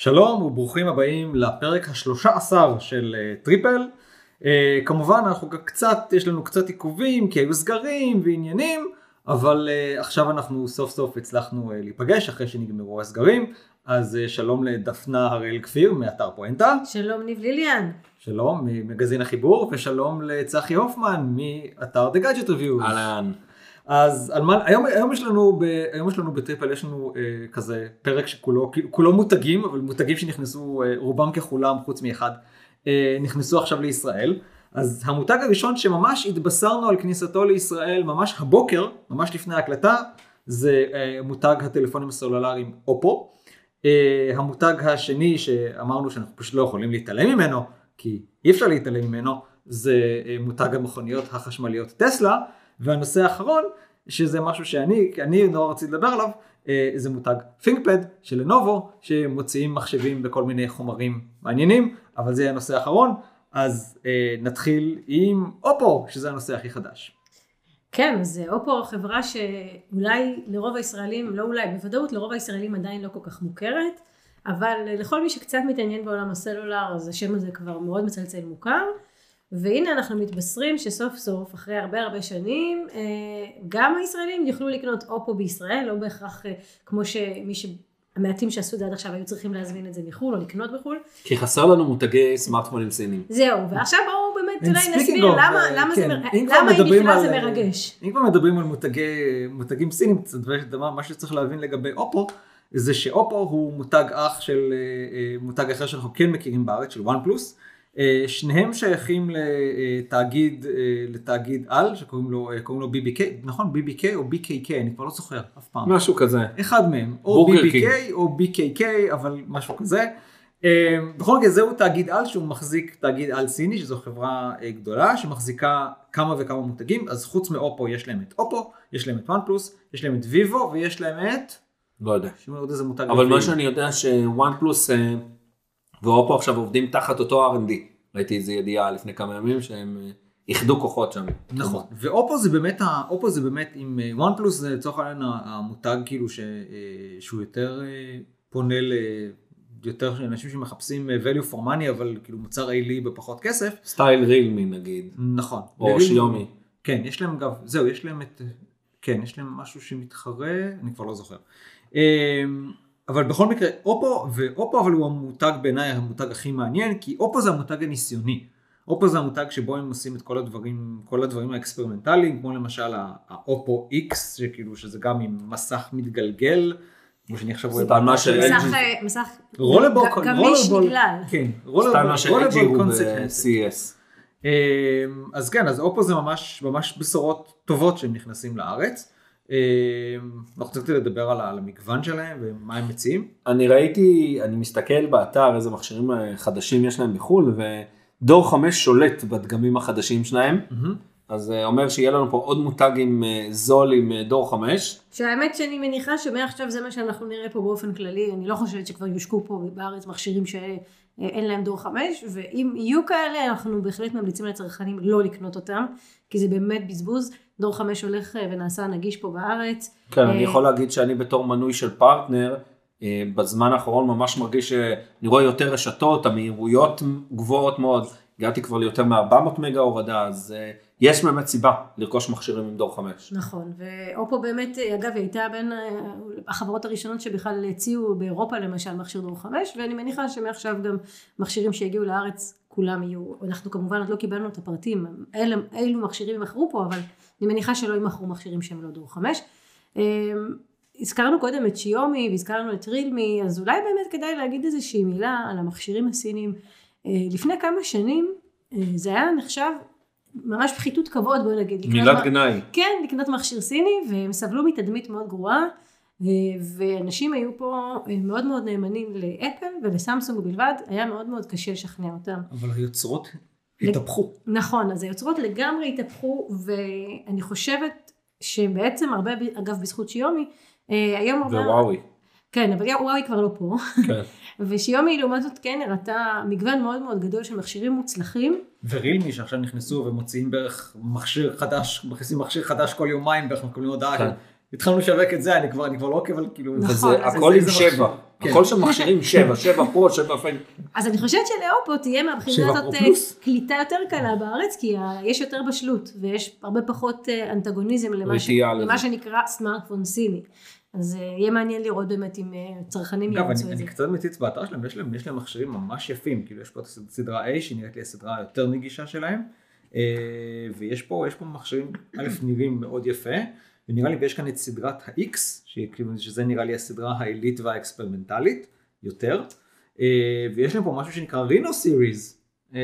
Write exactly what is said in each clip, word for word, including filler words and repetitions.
שלום וברוכים הבאים לפרק ה-שלוש עשרה של טריפל. Uh, כמובן אנחנו קצת, יש לנו קצת עיכובים כי היו סגרים ועניינים, אבל uh, עכשיו אנחנו סוף סוף הצלחנו uh, להיפגש אחרי שנגמרו הסגרים. אז uh, שלום לדפנה הראל כפיר מאתר פואנטה. שלום ניב ליליאן. שלום ממגזין החיבור, ושלום לצחי הופמן מאתר The Gadget Reviews. אהלן. אז על מה, היום, היום יש לנו, ב, היום יש לנו בטריפל, יש לנו אה, כזה פרק שכולו, כולו מותגים, אבל מותגים שנכנסו, אה, רובם ככולם, חוץ מאחד, אה, נכנסו עכשיו לישראל. אז המותג הראשון שממש התבשרנו על כניסתו לישראל, ממש הבוקר, ממש לפני ההקלטה, זה אה, מותג הטלפונים הסלולריים אופו. אה, המותג השני שאמרנו שאנחנו פשוט לא יכולים להתעלם ממנו, כי אי אפשר להתעלם ממנו, זה אה, מותג המכוניות החשמליות טסלה. והנושא האחרון, שזה משהו שאני, אני נורא רציתי לדבר עליו, זה מותג ThinkPad של לנובו, שמוציאים מחשבים בכל מיני חומרים מעניינים, אבל זה הנושא האחרון. אז נתחיל עם אופו, שזה הנושא הכי חדש. כן, אז אופו חברה שאולי לרוב הישראלים, לא אולי, בוודאות לרוב הישראלים עדיין לא כל כך מוכרת, אבל לכל מי שקצת מתעניין בעולם הסלולר, אז השם הזה כבר מאוד מצלצל מוכר. והנה אנחנו מתבשרים שסוף סוף, אחרי הרבה הרבה שנים, גם הישראלים יוכלו לקנות אופו בישראל, לא בהכרח כמו שמי שהמעטים שעשו את זה עד עכשיו היו צריכים להזמין את זה מחול או לקנות בחול. כי חסר לנו מותגי סמארטפונים סינים. זהו, ועכשיו בואו באמת אולי נסביר למה, למה זה, למה אם בכלל זה מרגש. אם כבר מדברים על מותגי, מותגים סינים, מה שצריך להבין לגבי אופו, זה שאופו הוא מותג אח של מותג אחר שאנחנו כן מכירים בארץ, של וואן פלוס. שניהם שייכים לתאגיד, לתאגיד על, שקוראים לו, קוראים לו בי בי קיי, נכון? בי בי קיי או בי קיי קיי, אני כבר לא זוכר אף פעם. משהו כזה. אחד מהם, או בי בי קיי או בי קיי קיי, אבל משהו כזה. בכל מקרה, זהו תאגיד על שהוא מחזיק תאגיד על סיני, שזו חברה גדולה, שמחזיקה כמה וכמה מותגים. אז חוץ מאופו יש להם את אופו, יש להם את וואן פלוס, יש להם את ויבו, ויש להם את... לא יודע. עוד איזה מותג. אבל מה שאני יודע שוואן פלוס ואופו עכשיו עובדים תחת אותו אר אנד די. ראיתי איזו ידיעה לפני כמה ימים שהם איחדו כוחות שם. נכון. ואופו זה באמת, אופו זה באמת עם וואן פלוס, זה לצורך העניין המותג כאילו שהוא יותר פונה ליותר אנשים שמחפשים value for money, אבל כאילו מוצר עילי בפחות כסף. סטייל רילמי נגיד. נכון. או שיומי. כן, יש להם גם, זהו, יש להם את, כן, יש להם משהו שמתחרה, אני כבר לא זוכר. אבל בכל מקרה, אופו, ואופו אבל הוא המותג בעיניי המותג הכי מעניין, כי אופו זה המותג הניסיוני. אופו זה המותג שבו הם עושים את כל הדברים, כל הדברים האקספרימנטליים, כמו למשל האופו איקס, שכאילו שזה גם עם מסך מתגלגל, כמו שאני עכשיו רואה. מסך רולבול, גמיש בכלל. כן, רולבול קונספט סי אס. אז כן, אז אופו זה ממש, ממש בשורות טובות שהם נכנסים לארץ. אנחנו צריכים לדבר על המגוון שלהם ומה הם מציעים. אני ראיתי, אני מסתכל באתר איזה מכשירים חדשים יש להם בחול, ודור חמש שולט בדגמים החדשים שלהם, אז אומר שיהיה לנו פה עוד מותג עם זול עם דור חמש. שהאמת שאני מניחה שמעכשיו זה מה שאנחנו נראה פה באופן כללי, אני לא חושבת שכבר יושקו פה בארץ מכשירים שאין להם דור חמש, ואם יהיו כאלה אנחנו בהחלט ממליצים לצרכנים לא לקנות אותם, כי זה באמת בזבוז. דור חמש הולך ונעשה נגיש פה בארץ. כן, אני יכול להגיד שאני בתור מנוי של פרטנר, בזמן האחרון ממש מרגיש שאני רואה יותר רשתות, המהירויות גבוהות מאוד, הגעתי כבר ליותר מ-ארבע מאות מגה הורדה, אז יש באמת סיבה לרכוש מכשירים עם דור חמש. נכון, ואופו באמת, אגב, היא הייתה בין החברות הראשונות שבכלל הציעו באירופה למשל מכשיר דור חמש, ואני מניחה שמעכשיו גם מכשירים שהגיעו לארץ, כולם יהיו, אנחנו כמובן עוד לא קיבלנו את הפרטים, אילו, אילו מכשירים ימכרו פה, אבל אני מניחה שלא ימכרו מכשירים שהם לא דור חמש. הזכרנו קודם את שיומי והזכרנו את רילמי, אז אולי באמת כדאי להגיד איזושהי מילה על המכשירים הסינים. לפני כמה שנים זה היה נחשב ממש פחיתות כבוד, בוא נגיד. מילת גנאי. כן, לקנות מכשיר סיני, והם סבלו מתדמית מאוד גרועה, ואנשים היו פה מאוד מאוד נאמנים לאפל ולסמסונג בלבד, היה מאוד מאוד קשה לשכנע אותם. אבל היוצרות התהפכו. נכון, אז היוצרות לגמרי התהפכו, ואני חושבת שבעצם הרבה, אגב בזכות שיומי, היום הרבה... ווואוי. כן, אבל וואוי כבר לא פה. כן. ושיומי לעומת זאת כן הראתה מגוון מאוד מאוד גדול של מכשירים מוצלחים. ורילמי שעכשיו נכנסו ומוציאים בערך מכשיר חדש, מכניסים מכשיר חדש כל יומיים, בערך מקבלים הודעה. התחלנו לשווק את זה, אני כבר, אני כבר לא עוקב על כאילו... וזה הכל עם שבע. הכל שם מכשירים שבע, שבע פה, שבע פן. אז אני חושבת שלאופו תהיה מהבחינה הזאת קליטה יותר קלה בארץ, כי יש יותר בשלות, ויש הרבה פחות אנטגוניזם למה שנקרא סמארטפון סיני. אז יהיה מעניין לראות באמת אם צרכנים ירצו את זה. אני קצת מציץ באתר שלהם, יש להם מכשירים ממש יפים, כאילו יש פה את הסדרה A, שנראית לי הסדרה יותר נגישה שלהם, ויש פה מכשירים, א', נראים מאוד יפה, ונראה לי, ויש כאן את סדרת ה-X, שזה נראה לי הסדרה העילית והאקספרימנטלית, יותר, ויש להם פה משהו שנקרא רינו סיריז.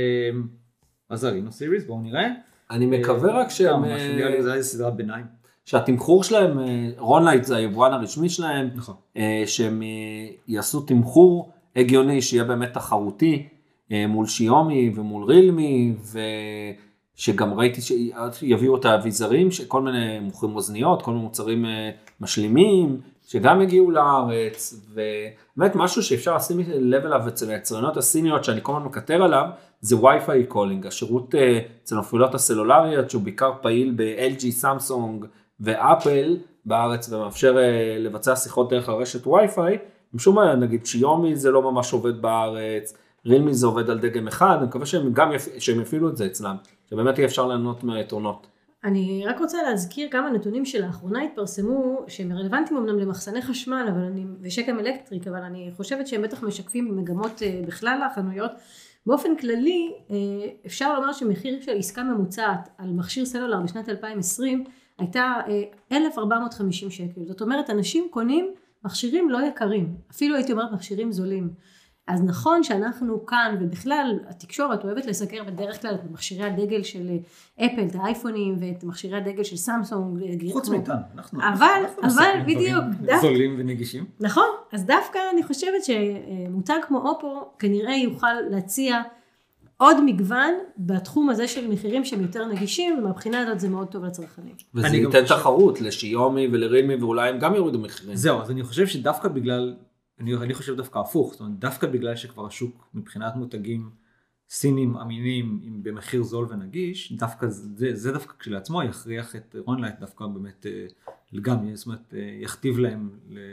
מה זה רינו סיריז? בואו נראה. אני מקווה רק שהם... נראה לי זה סדרת ביניים. שהתמחור שלהם, רונלייט זה היבואן הרשמי שלהם, שהם יעשו תמחור הגיוני, שיהיה באמת תחרותי, מול שיומי ומול רילמי, ושגם ראיתי שיביאו את האביזרים, שכל מיני מוכרים אוזניות, כל מיני מוצרים משלימים, שגם הגיעו לארץ, ובאמת משהו שאפשר לשים לב אליו אצל היצרניות הסיניות, שאני כל הזמן מקטר עליו, זה וי-פיי קולינג, השירות אצל המפעילות הסלולריות, שהוא בעיקר פעיל ב-אל ג'י, סמסונג ואפל בארץ, ומאפשר לבצע שיחות דרך הרשת וי-פיי, משום מה, נגיד שיומי זה לא ממש עובד בארץ, רילמי זה עובד על דגם אחד, אני מקווה שהם גם יפ... שהם יפעילו את זה אצלם, שבאמת יהיה אפשר לענות מהיתרונות. אני רק רוצה להזכיר כמה נתונים שלאחרונה התפרסמו, שהם רלוונטיים אמנם למחסני חשמל אבל אני, ושקם אלקטריק, אבל אני חושבת שהם בטח משקפים במגמות בכלל החנויות. באופן כללי, אפשר לומר שמחיר של עסקה ממוצעת על מכשיר סלולר בשנת אלפיים ועשרים, הייתה אלף ארבע מאות וחמישים שקל. זאת אומרת, אנשים קונים מכשירים לא יקרים, אפילו הייתי אומרת מכשירים זולים. אז נכון שאנחנו כאן, ובכלל התקשורת אוהבת לסקר בדרך כלל את מכשירי הדגל של אפל, את האייפונים ואת מכשירי הדגל של סמסונג. חוץ מאיתנו, אנחנו. אבל, אבל בדיוק. זולים ונגישים. נכון, אז דווקא אני חושבת שמותג כמו אופו כנראה יוכל להציע עוד מגוון בתחום הזה של מחירים שהם יותר נגישים, ומהבחינה הזאת זה מאוד טוב לצרכנים. וזה ייתן תחרות לשיומי ולרילמי, ואולי הם גם יורידו מחירים. זהו, אז אני חושב שדווקא בגלל... אני, אני חושב דווקא הפוך, זאת אומרת, דווקא בגלל שכבר השוק מבחינת מותגים סינים אמינים במחיר זול ונגיש, דווקא זה, זה דווקא כשלעצמו יכריח את רונלייט דווקא באמת לגמרי, זאת אומרת, יכתיב להם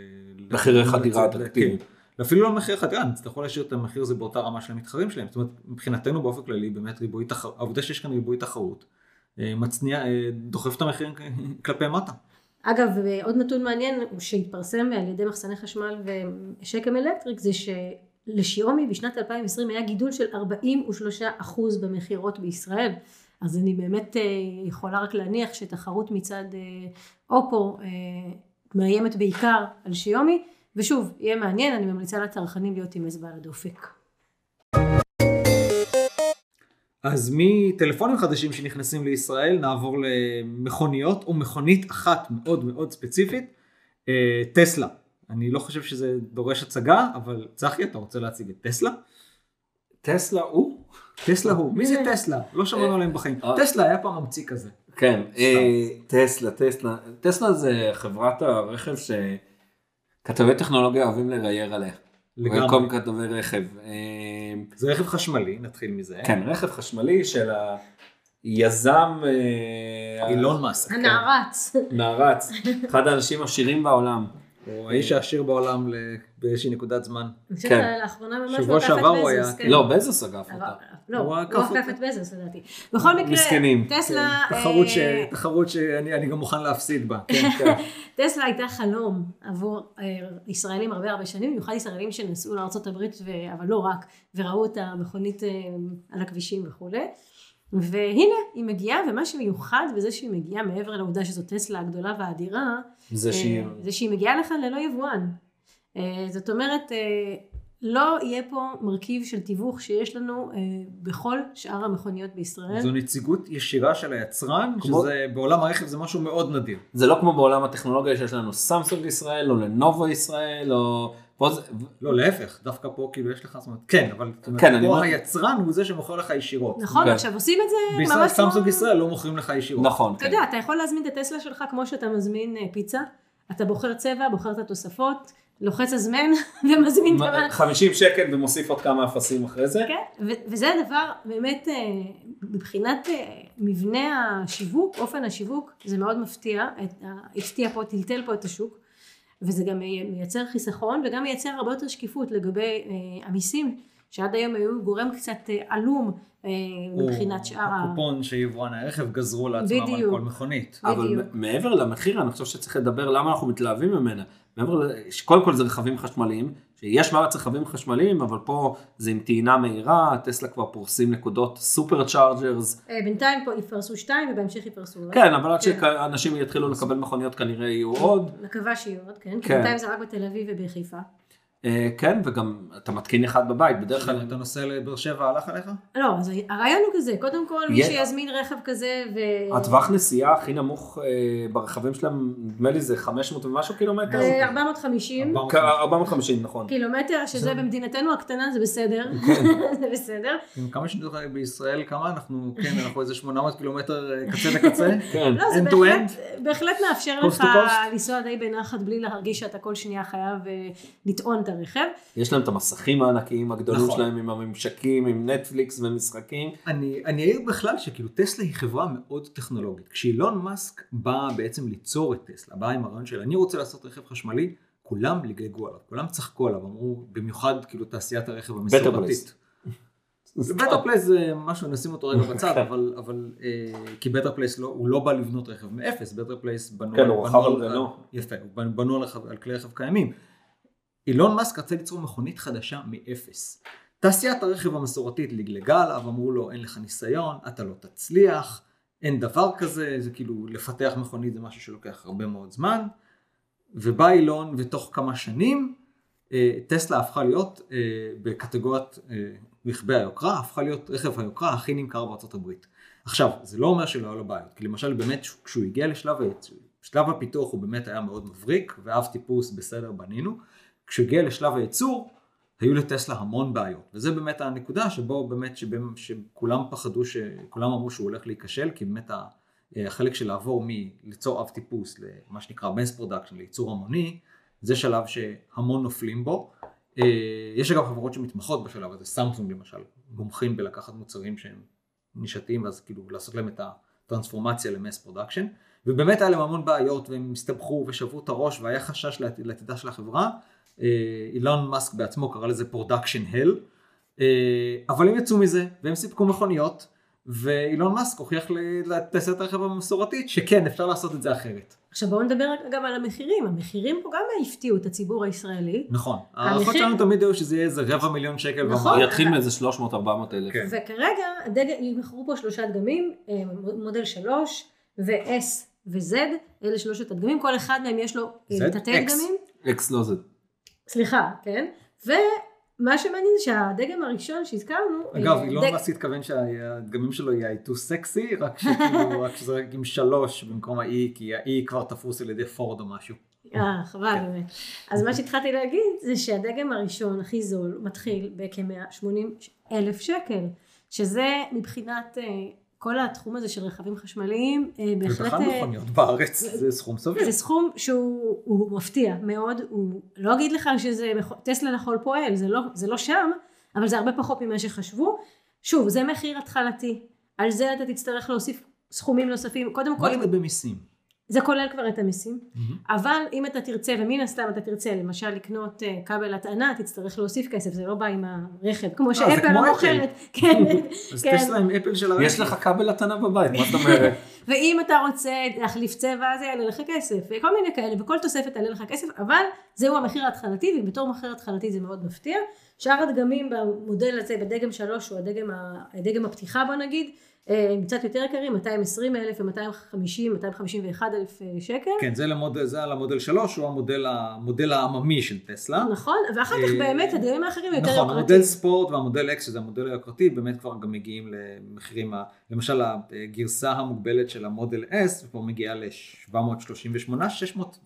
מחירי חדירה אטרקטיביים. אפילו לא מחיר חדירה, נצטרכו להשאיר את המחיר הזה באותה רמה של המתחרים שלהם, זאת אומרת, מבחינתנו באופן כללי, באמת ריבוי תחרות, העובדה שיש כאן ריבוי תחרות, מצניע, דוחף את המחירים כלפי מטה. אגב, עוד נתון מעניין שהתפרסם על ידי מחסני חשמל ושקם אלקטריק, זה שלשיומי בשנת אלפיים ועשרים היה גידול של ארבעים ושלושה אחוז במחירות בישראל. אז אני באמת יכולה רק להניח שתחרות מצד אופו מאיימת בעיקר על שיומי, ושוב, יהיה מעניין, אני ממליצה לצרכנים להיות עם אצבע על הדופק. אז מטלפונים חדשים שנכנסים לישראל נעבור למכוניות או מכונית אחת מאוד מאוד ספציפית, טסלה. אני לא חושב שזה דורש הצגה, אבל צחי, אתה רוצה להציג את טסלה? טסלה הוא? טסלה הוא. מי זה טסלה? לא שמענו עליהם בחיים. טסלה היה פעם ממציא כזה. כן, טסלה, טסלה. טסלה זה חברת הרכב שכתבי טכנולוגיה אוהבים לראייר עליה. וכל כתבי רכב. זה רכב חשמלי, נתחיל מזה. כן, רכב חשמלי של היזם... אילון מאסק. הנערץ. נערץ. אחד האנשים עשירים בעולם. הוא האיש העשיר בעולם באיזושהי נקודת זמן. אני חושבת לאחרונה ממש שבוע שעבר הוא היה... לא, בזוס אגף אותה. לא, הוא עקף את בזוס לדעתי. בכל מקרה, טסלה... תחרות שאני גם מוכן להפסיד בה. טסלה הייתה חלום עבור ישראלים הרבה הרבה שנים, במיוחד ישראלים שנסעו לארצות הברית, אבל לא רק, וראו את המכונית על הכבישים וכו'. והנה היא מגיעה, ומה שמיוחד בזה שהיא מגיעה מעבר לעובדה שזו טסלה הגדולה והאדירה, זה שהיא, זה שהיא מגיעה לכאן ללא יבואן. זאת אומרת, לא יהיה פה מרכיב של תיווך שיש לנו בכל שאר המכוניות בישראל. זו נציגות ישירה של היצרן, כמו... שזה בעולם הרכב זה משהו מאוד נדיר. זה לא כמו בעולם הטכנולוגיה שיש לנו סמסונג ישראל, או לנובו ישראל, או... זה... לא, להפך, דווקא פה כאילו יש לך, זאת אומרת, כן, אבל כן, פה אומר... היצרן הוא זה שמוכר לך ישירות. נכון, כן. עכשיו עושים את זה בישראל, ממש... סמסונג כמו... ישראל לא מוכרים לך ישירות. נכון, אתה כן. יודע, אתה יכול להזמין את הטסלה שלך כמו שאתה מזמין פיצה, אתה בוחר צבע, בוחר את התוספות, לוחץ הזמן ומזמין את המעט. חמישים שקל ומוסיף עוד כמה אפסים אחרי זה. כן, וזה הדבר באמת, מבחינת מבנה השיווק, אופן השיווק, זה מאוד מפתיע, הפתיע פה, טלטל פה את השוק. וזה גם מייצר חיסכון, וגם מייצר הרבה יותר שקיפות לגבי אה, המיסים, שעד היום היו גורם קצת אה, עלום אה, מבחינת שאר ה... הקופון שיבואן הרכב גזרו לעצמם על כל מכונית. אבל מעבר למחיר, אני חושב שצריך לדבר למה אנחנו מתלהבים ממנה. מעבר, קודם כל זה רכבים חשמליים, שיש בארץ רכבים חשמליים, אבל פה זה עם טעינה מהירה, טסלה כבר פורסים נקודות סופר צ'ארג'רס. בינתיים פה יפרסו שתיים ובהמשך יפרסו. כן, אבל עד שאנשים יתחילו לקבל מכוניות כנראה יהיו עוד. מקווה שיהיו עוד, כן. כי בינתיים זה רק בתל אביב ובחיפה. כן, וגם אתה מתקין אחד בבית, בדרך כלל... אתה נוסע לבאר שבע, הלך עליך? לא, אז הרעיון הוא כזה, קודם כל מי שיזמין רכב כזה ו... הטווח נסיעה הכי נמוך ברכבים שלהם, נדמה לי זה חמש מאות ומשהו קילומטר? ארבע מאות וחמישים. ארבע מאות וחמישים, נכון. קילומטר, שזה במדינתנו הקטנה, זה בסדר. זה בסדר. כמה שנדבר בישראל, כמה אנחנו, כן, אנחנו איזה שמונה מאות קילומטר קצה לקצה. לא, זה בהחלט מאפשר לך לנסוע די בנחת, בלי להרגיש שאתה כל שנייה חייב לטעון את הרכב. יש להם את המסכים הענקיים הגדולים נכון. שלהם עם הממשקים, עם נטפליקס ומשחקים. אני, אני אעיר בכלל שכאילו טסלה היא חברה מאוד טכנולוגית. כשאילון מאסק בא בעצם ליצור את טסלה, בא עם הרעיון של אני רוצה לעשות רכב חשמלי, כולם לגגו עליו, כולם צחקו עליו, אמרו במיוחד כאילו תעשיית הרכב המסורתית. בטר פלייס זה משהו, נשים אותו רגע בצד, אבל, אבל אה, כי בטר פלייס לא, הוא לא בא לבנות רכב מאפס, בטר פלייס בנו, כן, הוא רכב על גנו. יפה, הוא בנו על, על כלי רכב קיימים. אילון מאסק רצה ליצור מכונית חדשה מאפס. תעשיית הרכב המסורתית לגלגה עליו, אמרו לו אין לך ניסיון, אתה לא תצליח, אין דבר כזה, זה כאילו לפתח מכונית זה משהו שלוקח הרבה מאוד זמן, ובא אילון ותוך כמה שנים, טסלה הפכה להיות בקטגוריית רכבי היוקרה, הפכה להיות רכב היוקרה הכי נמכר בארצות הברית. עכשיו, זה לא אומר שלא היה לו בעיות, כי למשל באמת כשהוא הגיע לשלב, שלב הפיתוח הוא באמת היה מאוד מבריק, ואב טיפוס בסדר בנינו, כשהוא הגיע לשלב הייצור, היו לטסלה המון בעיות, וזה באמת הנקודה שבו באמת שבהם, שכולם פחדו, שכולם אמרו שהוא הולך להיכשל, כי באמת החלק של לעבור מליצור אב טיפוס למה שנקרא mass production, לייצור המוני, זה שלב שהמון נופלים בו. יש גם חברות שמתמחות בשלב הזה, סמסונג למשל, מומחים בלקחת מוצרים שהם נשתיים, ואז כאילו לעשות להם את הטרנספורמציה למס פרודקשן, ובאמת היה להם המון בעיות, והם הסתבכו ושברו את הראש, והיה חשש לעתידה של החברה. אילון מאסק בעצמו קרא לזה פרודקשן הל, אבל הם יצאו מזה, והם סיפקו מכוניות, ואילון מאסק הוכיח לתעשיית הרכב המסורתית, שכן, אפשר לעשות את זה אחרת. עכשיו בואו נדבר גם על המחירים, המחירים פה גם הפתיעו את הציבור הישראלי. נכון, הערכות שלנו תמיד היו שזה יהיה איזה רבע מיליון שקל. נכון. יתחיל מאיזה שלוש מאות ארבע מאות אלף. וכרגע ימכרו פה שלושה דגמים, מודל שלוש ו-S ו-Z, אלה שלושת הדגמים, כל אחד מהם יש לו תתי דגמים. X לא Z. סליחה, כן? ומה שמעניין זה שהדגם הראשון שהזכרנו... אגב, אילון מאסק התכוון שהדגמים שלו יהיו סקסי, רק שכאילו, רק שזה רק עם שלוש במקום ה-E, כי ה-E כבר תפוס על ידי פורד או משהו. אה, חבל באמת. אז מה שהתחלתי להגיד זה שהדגם הראשון הכי זול מתחיל בכ-מאה ושמונים אלף שקל, שזה מבחינת... כל התחום הזה של רכבים חשמליים, בהחלט... ובכלל מכוניות בארץ, זה סכום סביר. זה סכום שהוא מפתיע מאוד, הוא לא אגיד לך שזה טסלה לכל פועל, זה לא, זה לא שם, אבל זה הרבה פחות ממה שחשבו. שוב, זה מחיר התחלתי, על זה אתה תצטרך להוסיף סכומים נוספים, קודם כל... מה זה במיסים? זה כולל כבר את המיסים, אבל אם אתה תרצה, ומן הסתם אתה תרצה, למשל לקנות כבל הטענה, תצטרך להוסיף כסף, זה לא בא עם הרכב, כמו שאפל לא מוכרת. אז טסלה עם אפל של הרכב. יש לך כבל הטענה בבית, מה זאת אומרת? ואם אתה רוצה להחליף צבע, זה יעלה לך כסף, וכל מיני כאלה, וכל תוספת תעלה לך כסף, אבל זהו המחיר ההתחלתי, ובתור מחיר התחלתי זה מאוד מפתיע. שאר הדגמים במודל הזה, בדגם שלוש, הוא הדגם, הדגם הפתיחה בוא נגיד, קצת יותר יקרים, מאתיים ועשרים אלף ו-מאתיים וחמישים, מאתיים וחמישים ואחד אלף שקל. כן, זה למודל, זה על המודל שלוש, הוא המודל, המודל העממי של טסלה. נכון, ואחר כך באמת הדגמים האחרים יותר יוקרתיים. נכון, המודל ספורט והמודל אקס, שזה המודל היוקרתי, באמת כבר גם מגיעים למחירים, למשל הגרסה המוגבלת של המודל S, פה מגיעה ל-שבע מאות שלושים ושמונה, שש מאות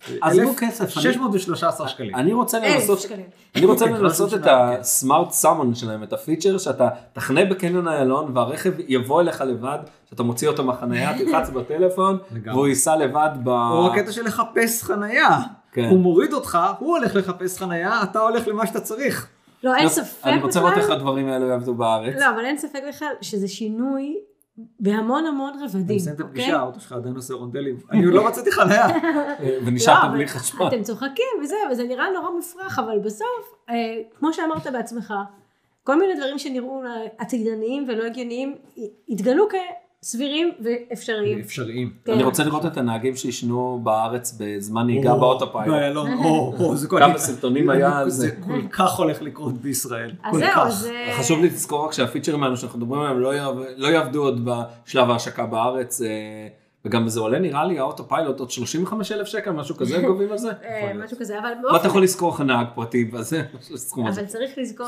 ושלושה עשר שקלים. אני רוצה לנסות, אני רוצה לנסות את הסמארט סאמון שלהם, את הפיצ'ר, שאתה תחנה בקניון איילון, והרכב יבוא אליך לבד, שאתה מוציא אותו מהחנייה, תלחץ בטלפון, והוא ייסע לבד ב... או הקטע של לחפש חנייה. הוא מוריד אותך, הוא הולך לחפש חנייה, אתה הולך למה שאתה צריך. לא, אין ספק בכלל. אני רוצה לראות איך הדברים האלו יעבדו בארץ. לא, אבל אין ספק בכלל שזה שינוי בהמון המון רבדים. אני מסיים את הפגישה, האוטו שלך עדיין עושה רונדלים. אני עוד לא מצאתי חניה. ונשארת בלי חשמל. אתם צוחקים וזה, וזה נראה נורא מופרך, אבל בסוף, כמו שאמרת בעצמך, כל מיני דברים שנראו עתידניים ולא הגיוניים, התגלו כסבירים ואפשריים. אפשריים. אני רוצה לראות את הנהגים שישנו בארץ בזמן נהיגה באוטופיילוט. באיילון, או, זה כל כמה סרטונים היה. זה כל כך הולך לקרות בישראל. אז זהו, זה... חשוב לי לזכור רק שהפיצ'רים האלו שאנחנו מדברים עליהם לא יעבדו עוד בשלב ההשקה בארץ, וגם זה עולה נראה לי האוטופיילוט עוד שלושים וחמישה אלף שקל, משהו כזה גובים על זה? משהו כזה, אבל... מה אתה יכול לזכור לך נהג פרטי בזה? אבל צריך לזכור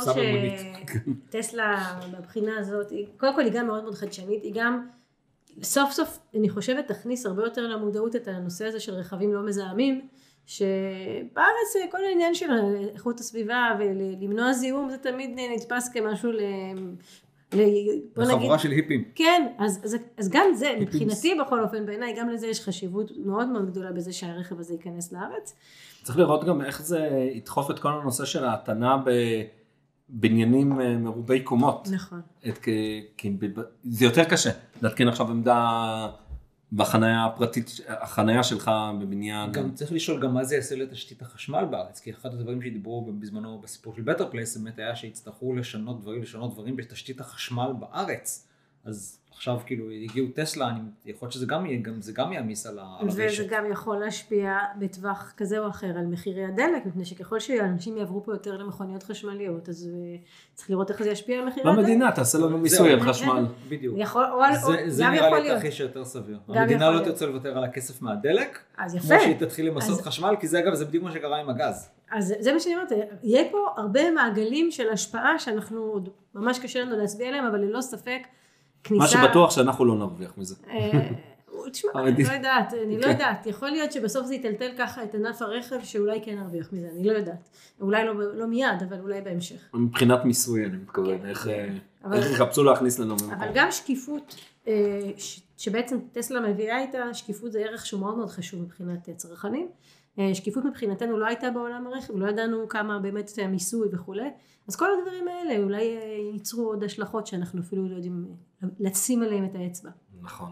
שטסלה בבחינה הזאת, קודם כל היא גם מאוד מאוד חדשנית, היא גם סוף סוף אני חושבת תכניס הרבה יותר למודעות את הנושא הזה של רכבים לא מזהמים, שבארץ כל העניין של איכות הסביבה ולמנוע זיהום זה תמיד נתפס כמשהו ל... לחבורה של היפים. כן, אז, אז, אז גם זה, מבחינתי בכל אופן, בעיניי גם לזה יש חשיבות מאוד מאוד גדולה בזה שהרכב הזה ייכנס לארץ. צריך לראות גם איך זה ידחוף את כל הנושא של ההתנה בבניינים מרובי קומות. נכון. את, כי זה יותר קשה, להתקין עכשיו עמדה בחנייה הפרטית, החנייה שלך בבניין. גם צריך לשאול גם מה זה יעשה לתשתית החשמל בארץ, כי אחד הדברים שדיברו בזמנו בסיפור של בטר פלייס, באמת היה שיצטרכו לשנות דברים, לשנות דברים בתשתית החשמל בארץ. אז עכשיו כאילו הגיעו טסלה, אני יכול להיות שזה גם יהיה, גם, זה גם יעמיס על הרשת. וזה גם יכול להשפיע בטווח כזה או אחר על מחירי הדלק, מפני שככל שאנשים יעברו פה יותר למכוניות חשמליות, אז צריך לראות איך זה ישפיע על מחירי הדלק. במדינה תעשה לנו מיסוי על חשמל. בדיוק. יכול, או, זה, או, זה נראה לי תרחיש יותר סביר. המדינה לא תרצה לוותר על הכסף מהדלק, אז יפה. כמו שהיא תתחיל למסות אז... חשמל, כי זה אגב, זה בדיוק מה שקרה עם הגז. אז זה מה שאני אומרת, יהיה פה הרבה מעגלים של השפעה שאנחנו ממש קשה לנו להצביע עליהם, אבל ללא ספק כניסה... מה שבטוח שאנחנו לא נרוויח מזה. תשמע, אני לא יודעת, אני לא יודעת, יכול להיות שבסוף זה יטלטל ככה את ענף הרכב, שאולי כן נרוויח מזה, אני לא יודעת. אולי לא מיד, אבל אולי בהמשך. מבחינת מיסוי, אני מתכוון, איך יחפשו להכניס לנו ממקום. אבל גם שקיפות, שבעצם טסלה מביאה איתה, שקיפות זה ערך שהוא מאוד מאוד חשוב מבחינת צרכנים. שקיפות מבחינתנו לא הייתה בעולם הרכב, לא ידענו כמה באמת מיסוי וכו'. אז כל הדברים האלה אולי ייצרו עוד השלכות שאנחנו אפילו לא יודעים לשים עליהם את האצבע. נכון.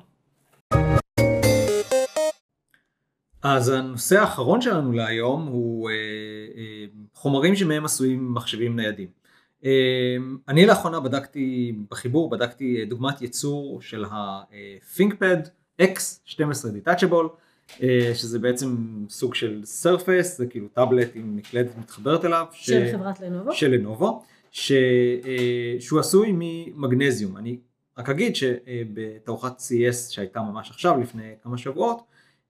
אז הנושא האחרון שלנו להיום הוא אה, אה, חומרים שמהם עשויים מחשבים ניידים. אה, אני לאחרונה בדקתי בחיבור, בדקתי דוגמת ייצור של ה-ThinkPad אקס שתים עשרה Detachable, שזה בעצם סוג של סרפס, זה כאילו טאבלט עם מקלדת מתחברת אליו. של ש... חברת לנובו. של לנובו, ש... שהוא עשוי ממגנזיום. אני רק אגיד שבתערוכת סי אס שהייתה ממש עכשיו, לפני כמה שבועות,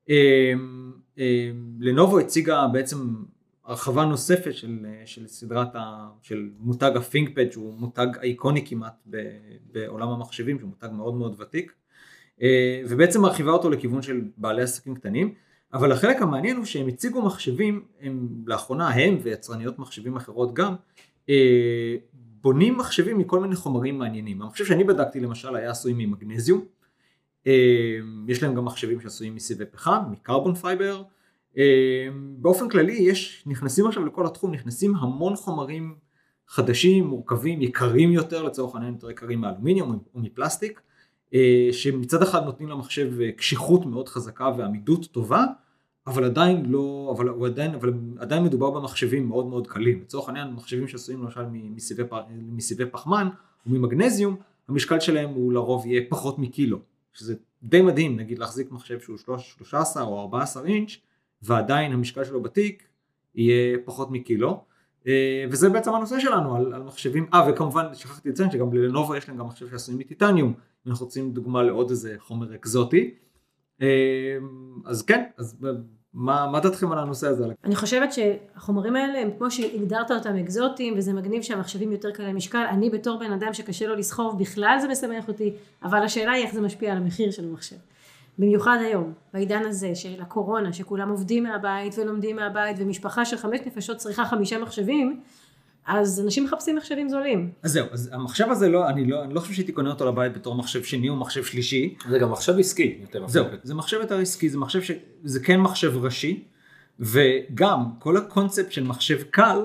לנובו הציגה בעצם הרחבה נוספת של, של סדרת, ה... של מותג ה-ThinkPad, שהוא מותג אייקוני כמעט ב... בעולם המחשבים, שהוא מותג מאוד מאוד ותיק. ובעצם מרחיבה אותו לכיוון של בעלי עסקים קטנים, אבל החלק המעניין הוא שהם הציגו מחשבים, הם לאחרונה הם ויצרניות מחשבים אחרות גם, בונים מחשבים מכל מיני חומרים מעניינים. המחשב שאני בדקתי למשל היה עשוי ממגנזיום, יש להם גם מחשבים שעשויים מסיבי פחם, מקרבון פייבר, באופן כללי יש, נכנסים עכשיו לכל התחום, נכנסים המון חומרים חדשים, מורכבים, יקרים יותר, לצורך העניין יותר יקרים מאלומיניום או מפלסטיק, שמצד אחד נותנים למחשב קשיחות מאוד חזקה ועמידות טובה, אבל עדיין לא, אבל הוא עדיין, אבל עדיין מדובר במחשבים מאוד מאוד קלים. לצורך העניין, מחשבים שעשויים למשל מסיבי, מסיבי פחמן וממגנזיום, המשקל שלהם הוא לרוב יהיה פחות מקילו, שזה די מדהים, נגיד להחזיק מחשב שהוא שלוש עשרה או ארבע עשרה אינץ', ועדיין המשקל שלו בתיק יהיה פחות מקילו. וזה בעצם הנושא שלנו על, על מחשבים. אה, וכמובן שכחתי לציין שגם ללנובו יש להם גם מחשב שעשויים מטיטניום, אם אנחנו רוצים דוגמה לעוד איזה חומר אקזוטי. אז כן, אז מה, מה דעתכם על הנושא הזה? אני חושבת שהחומרים האלה הם כמו שהגדרת אותם אקזוטיים, וזה מגניב שהמחשבים יותר קלי משקל. אני בתור בן אדם שקשה לו לסחוב, בכלל זה משמח אותי, אבל השאלה היא איך זה משפיע על המחיר של המחשב. במיוחד היום, בעידן הזה של הקורונה, שכולם עובדים מהבית ולומדים מהבית, ומשפחה של חמש נפשות צריכה חמישה מחשבים, אז אנשים מחפשים מחשבים זולים. אז זהו, אז המחשב הזה לא, אני לא, אני לא חושב שהייתי קונה אותו לבית בתור מחשב שני או מחשב שלישי. זה גם מחשב עסקי יותר. זהו, זה מחשב יותר עסקי, זה מחשב שזה כן מחשב ראשי, וגם כל הקונספט של מחשב קל,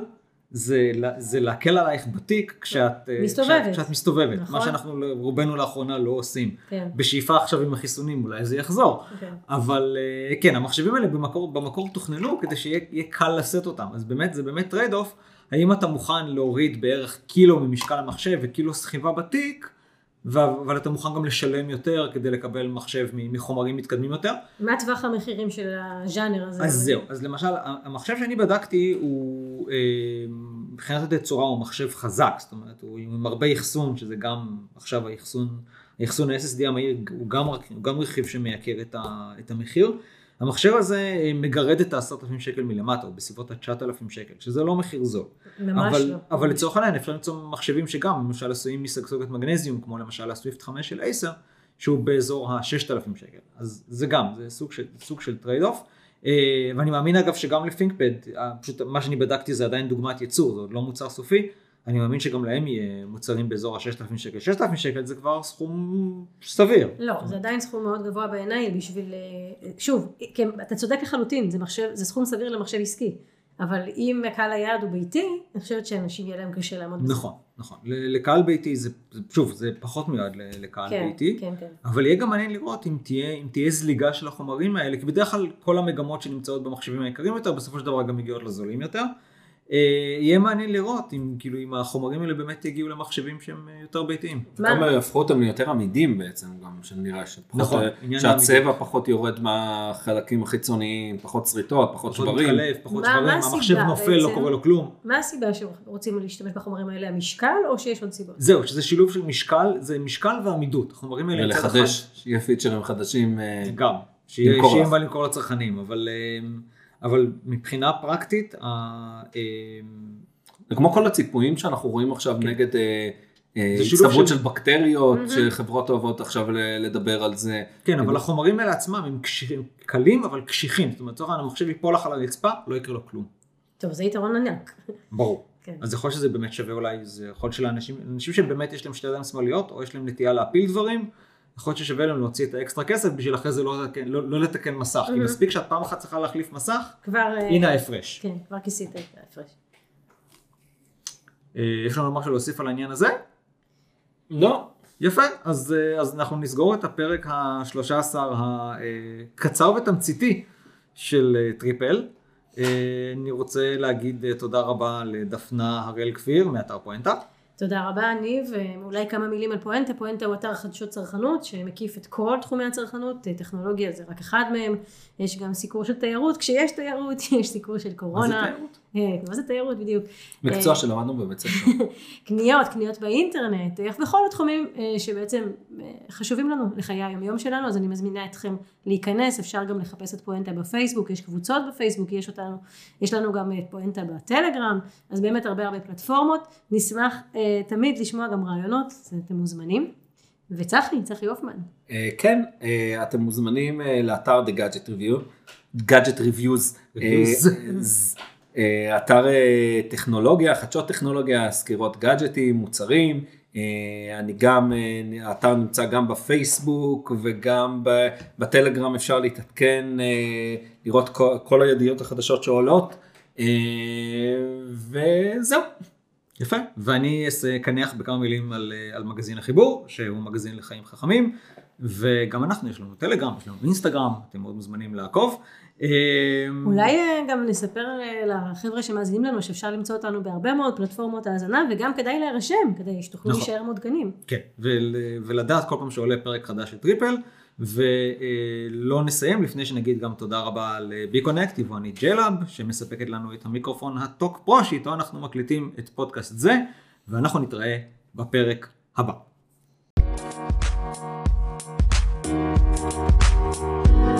זה, זה להקל עלייך בתיק כשאת מסתובבת. כשאת, כשאת מסתובבת. נכון. מה שאנחנו רובנו לאחרונה לא עושים. כן. בשאיפה עכשיו עם החיסונים אולי זה יחזור. כן. אבל כן, המחשבים האלה במקור, במקור תוכננו כדי שיהיה קל לשאת אותם. אז באמת, זה באמת טרייד אוף. האם אתה מוכן להוריד בערך קילו ממשקל המחשב וקילו סחיבה בתיק, אבל אתה מוכן גם לשלם יותר כדי לקבל מחשב מחומרים מתקדמים יותר. מה טווח המחירים של הז'אנר הזה? אז זהו, אז למשל, המחשב שאני בדקתי הוא, מבחינת התצורה הוא מחשב חזק, זאת אומרת, הוא עם הרבה אחסון, שזה גם עכשיו האחסון, האחסון ה-אס אס די המהיר, הוא גם, הוא גם רכיב שמייקר את, ה, את המחיר. המחשב הזה מגרד את ה-עשרת אלפים שקל מלמטה, או בסביבות ה-תשעת אלפים שקל, שזה לא מחיר זול. ממש אבל, לא. אבל לצורך העניין אפשר למצוא מחשבים שגם, למשל עשויים מסגסוגת מגנזיום, כמו למשל הסוויפט חמש של אייסר, שהוא באזור ה-ששת אלפים שקל. אז זה גם, זה סוג של, סוג של טרייד אוף. ואני מאמין אגב שגם לפינקפד, פשוט מה שאני בדקתי זה עדיין דוגמת ייצור, זה עוד לא מוצר סופי, אני מאמין שגם להם יהיה מוצרים באזור ה-ששת אלפים שקל. ששת אלפים שקל זה כבר סכום סביר. לא, זה עדיין סכום מאוד גבוה בעיניי בשביל, שוב, אתה צודק לחלוטין, זה מחשב, זה סכום סביר למחשב עסקי, אבל אם הקהל היעד הוא ביתי, אני חושבת שאנשים יהיה להם קשה לעמוד בזה. נכון, נכון. לקהל ביתי זה, שוב, זה פחות מיועד לקהל כן, ביתי, כן, כן. אבל יהיה גם מעניין לראות אם תהיה, אם תהיה זליגה של החומרים האלה, כי בדרך כלל כל המגמות שנמצאות במחשבים העיקריים יותר, בסופו של דבר גם מגיעות לזולים יותר. יהיה מעניין לראות אם, כאילו, אם החומרים האלה באמת יגיעו למחשבים שהם יותר ביתיים. גם יהפכו אותם ליותר עמידים בעצם, גם שנראה שפחות, נכון, שהצבע פחות יורד מהחלקים החיצוניים, פחות שריטות, פחות שברים. פחות מתחלף, פחות שברים, המחשב נופל, לא קורה לו כלום. מה הסיבה שרוצים להשתמש בחומרים האלה, המשקל או שיש עוד סיבות? זהו, שזה שילוב של משקל, זה משקל ועמידות. החומרים האלה לחדש, שיהיה פיצ'רים חדשים. גם, שיהיה מה למכור לצרכנים, אבל... אבל מבחינה פרקטית, זה כמו כל הציפויים שאנחנו רואים עכשיו נגד הצטברות של בקטריות, שחברות אוהבות עכשיו לדבר על זה. כן, אבל החומרים האלה עצמם הם קלים, אבל קשיחים. זאת אומרת, המחשב ייפול לך על הרצפה, לא יקרה לו כלום. טוב, זה יתרון ענק. ברור. אז יכול שזה באמת שווה אולי, זה יכול של האנשים, אנשים שבאמת יש להם שתי ידיים שמאליות, או יש להם נטייה להפיל דברים, יכול להיות ששווה להם להוציא את האקסטרה כסף, בשביל אחרי זה לא, לא, לא לתקן מסך. כי מספיק שאת פעם אחת צריכה להחליף מסך, כבר, הנה ההפרש. כן, כבר כיסית את ההפרש. יש לנו משהו להוסיף על העניין הזה? לא. יפה, אז, אז אנחנו נסגור את הפרק ה-שלוש עשרה הקצר ותמציתי של טריפל. אני רוצה להגיד תודה רבה לדפנה הראל כפיר מאתר פואנטה. תודה רבה ניב, ואולי כמה מילים על פואנטה. פואנטה הוא אתר חדשות צרכנות שמקיף את כל תחומי הצרכנות, טכנולוגיה זה רק אחד מהם, יש גם סיקור של תיירות, כשיש תיירות יש סיקור של קורונה. מה זה תיירות? מה זה תיירות בדיוק? מקצוע שלמדנו בבית ספר. קניות, קניות באינטרנט, בכל התחומים שבעצם חשובים לנו לחיי היום-יום שלנו, אז אני מזמינה אתכם להיכנס, אפשר גם לחפש את פואנטה בפייסבוק, יש קבוצות בפייסבוק, יש אותנו, יש לנו גם את פואנטה בטלגרם, אז באמת הרבה הרבה פלטפורמות, נשמח תמיד לשמוע גם רעיונות, אז אתם מוזמנים. וצחי, צחי אופמן. כן, אתם מוזמנים לאתר The Gadget Review, Gadget Reviews, אתר טכנולוגיה, חדשות טכנולוגיה, סקירות גאדג'טים, מוצרים. אני גם, האתר נמצא גם בפייסבוק וגם בטלגרם, אפשר להתעדכן, לראות כל הידיעות החדשות שעולות, וזהו. יפה, ואני אקנח בכמה מילים על, על מגזין החיבור, שהוא מגזין לחיים חכמים, וגם אנחנו, יש לנו טלגרם, יש לנו אינסטגרם, אתם מאוד מוזמנים לעקוב. אולי גם נספר לחבר'ה שמאזינים לנו, שאפשר למצוא אותנו בהרבה מאוד פלטפורמות האזנה, וגם כדאי להירשם, כדי שתוכלו נכון. להישאר מעודכנים. כן, ולדעת כל פעם שעולה פרק חדש של טריפל, ולא נסיים לפני שנגיד גם תודה רבה לביקונקט, יבואנית ג'לאב, שמספקת לנו את המיקרופון הטוק פרו, שאיתו אנחנו מקליטים את פודקאסט זה, ואנחנו נתראה בפרק הבא.